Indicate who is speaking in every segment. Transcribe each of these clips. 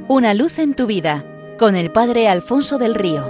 Speaker 1: Una luz en tu vida, con el Padre Alfonso del Río.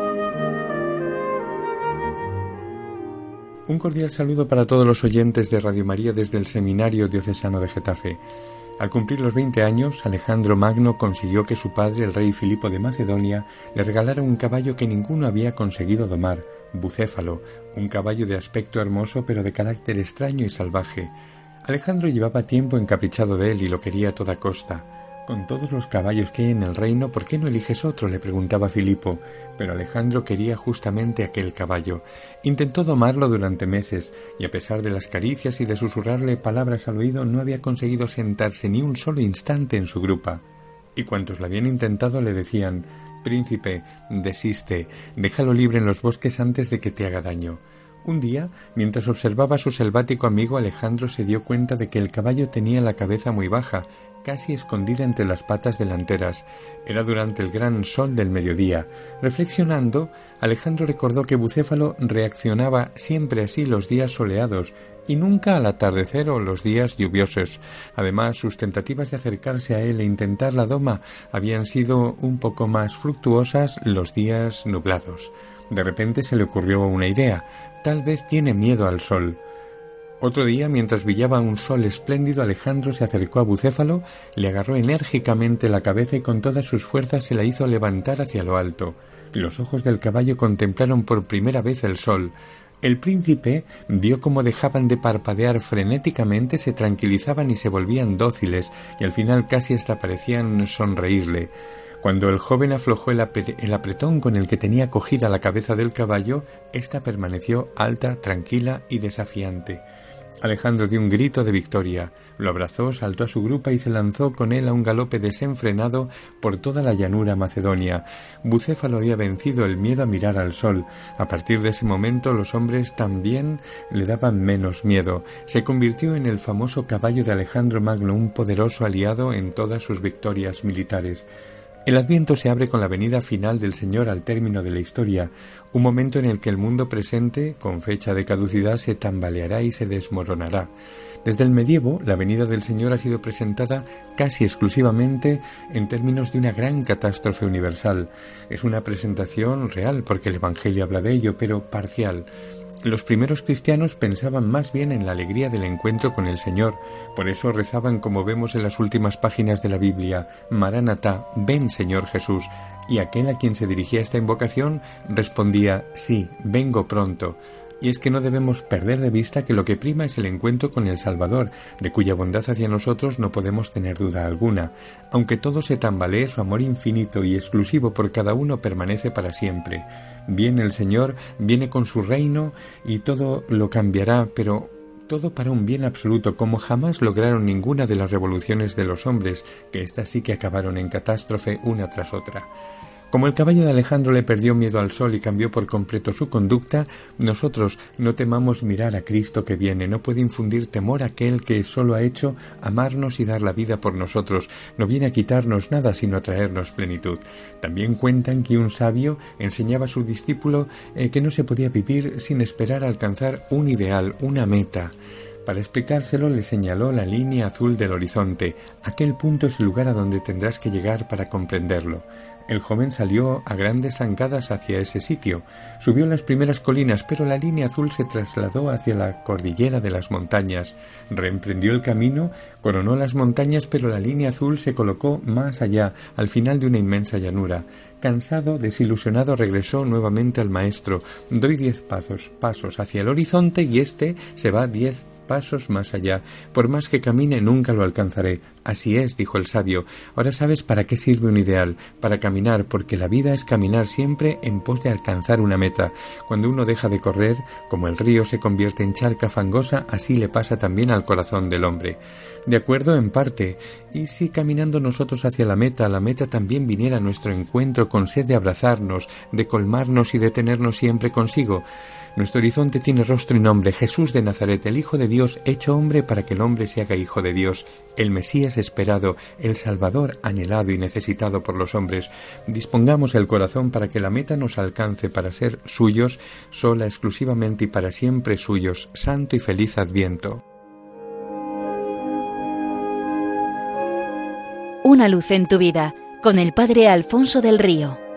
Speaker 2: Un cordial saludo para todos los oyentes de Radio María desde el Seminario Diocesano de Getafe. Al cumplir los 20 años, Alejandro Magno consiguió que su padre, el rey Filipo de Macedonia, le regalara un caballo que ninguno había conseguido domar, Bucéfalo, un caballo de aspecto hermoso pero de carácter extraño y salvaje. Alejandro llevaba tiempo encaprichado de él y lo quería a toda costa. «Con todos los caballos que hay en el reino, ¿por qué no eliges otro?», le preguntaba Filipo, pero Alejandro quería justamente aquel caballo. Intentó domarlo durante meses, y a pesar de las caricias y de susurrarle palabras al oído, no había conseguido sentarse ni un solo instante en su grupa. Y cuantos lo habían intentado le decían: «Príncipe, desiste, déjalo libre en los bosques antes de que te haga daño». Un día, mientras observaba a su selvático amigo, Alejandro se dio cuenta de que el caballo tenía la cabeza muy baja, casi escondida entre las patas delanteras. Era durante el gran sol del mediodía. Reflexionando, Alejandro recordó que Bucéfalo reaccionaba siempre así los días soleados y nunca al atardecer o los días lluviosos. Además, sus tentativas de acercarse a él e intentar la doma habían sido un poco más fructuosas los días nublados. De repente se le ocurrió una idea. Tal vez tiene miedo al sol. Otro día, mientras brillaba un sol espléndido, Alejandro se acercó a Bucéfalo, le agarró enérgicamente la cabeza y con todas sus fuerzas se la hizo levantar hacia lo alto. Los ojos del caballo contemplaron por primera vez el sol. El príncipe vio cómo dejaban de parpadear frenéticamente, se tranquilizaban y se volvían dóciles, y al final casi hasta parecían sonreírle. Cuando el joven aflojó el apretón con el que tenía cogida la cabeza del caballo, ésta permaneció alta, tranquila y desafiante. Alejandro dio un grito de victoria, lo abrazó, saltó a su grupa y se lanzó con él a un galope desenfrenado por toda la llanura macedonia. Bucéfalo había vencido el miedo a mirar al sol. A partir de ese momento los hombres también le daban menos miedo. Se convirtió en el famoso caballo de Alejandro Magno, un poderoso aliado en todas sus victorias militares. El Adviento se abre con la venida final del Señor al término de la historia, un momento en el que el mundo presente, con fecha de caducidad, se tambaleará y se desmoronará. Desde el medievo, la venida del Señor ha sido presentada casi exclusivamente en términos de una gran catástrofe universal. Es una presentación real, porque el Evangelio habla de ello, pero parcial. Los primeros cristianos pensaban más bien en la alegría del encuentro con el Señor. Por eso rezaban, como vemos en las últimas páginas de la Biblia: «Maranatá, ven Señor Jesús». Y aquel a quien se dirigía esta invocación respondía: «Sí, vengo pronto». Y es que no debemos perder de vista que lo que prima es el encuentro con el Salvador, de cuya bondad hacia nosotros no podemos tener duda alguna. Aunque todo se tambalee, su amor infinito y exclusivo por cada uno permanece para siempre. Viene el Señor, viene con su reino y todo lo cambiará, pero todo para un bien absoluto, como jamás lograron ninguna de las revoluciones de los hombres, que éstas sí que acabaron en catástrofe una tras otra. Como el caballo de Alejandro le perdió miedo al sol y cambió por completo su conducta, nosotros no temamos mirar a Cristo que viene. No puede infundir temor a aquel que solo ha hecho amarnos y dar la vida por nosotros. No viene a quitarnos nada, sino a traernos plenitud. También cuentan que un sabio enseñaba a su discípulo que no se podía vivir sin esperar a alcanzar un ideal, una meta. Para explicárselo le señaló la línea azul del horizonte. Aquel punto es el lugar a donde tendrás que llegar para comprenderlo. El joven salió a grandes zancadas hacia ese sitio. Subió las primeras colinas, pero la línea azul se trasladó hacia la cordillera de las montañas. Reemprendió el camino, coronó las montañas, pero la línea azul se colocó más allá, al final de una inmensa llanura. Cansado, desilusionado, regresó nuevamente al maestro. «Doy 10 pasos hacia el horizonte y este se va 10 pasos más allá. Por más que camine, nunca lo alcanzaré». «Así es», dijo el sabio. «Ahora sabes para qué sirve un ideal, para caminar, porque la vida es caminar siempre en pos de alcanzar una meta. Cuando uno deja de correr, como el río se convierte en charca fangosa, así le pasa también al corazón del hombre». De acuerdo, en parte. ¿Y si caminando nosotros hacia la meta también viniera a nuestro encuentro con sed de abrazarnos, de colmarnos y de tenernos siempre consigo? Nuestro horizonte tiene rostro y nombre: Jesús de Nazaret, el Hijo de Dios, hecho hombre para que el hombre se haga hijo de Dios, el Mesías esperado, el Salvador anhelado y necesitado por los hombres. Dispongamos el corazón para que la meta nos alcance, para ser suyos, sola, exclusivamente y para siempre suyos. Santo y feliz Adviento.
Speaker 1: Una luz en tu vida, con el Padre Alfonso del Río.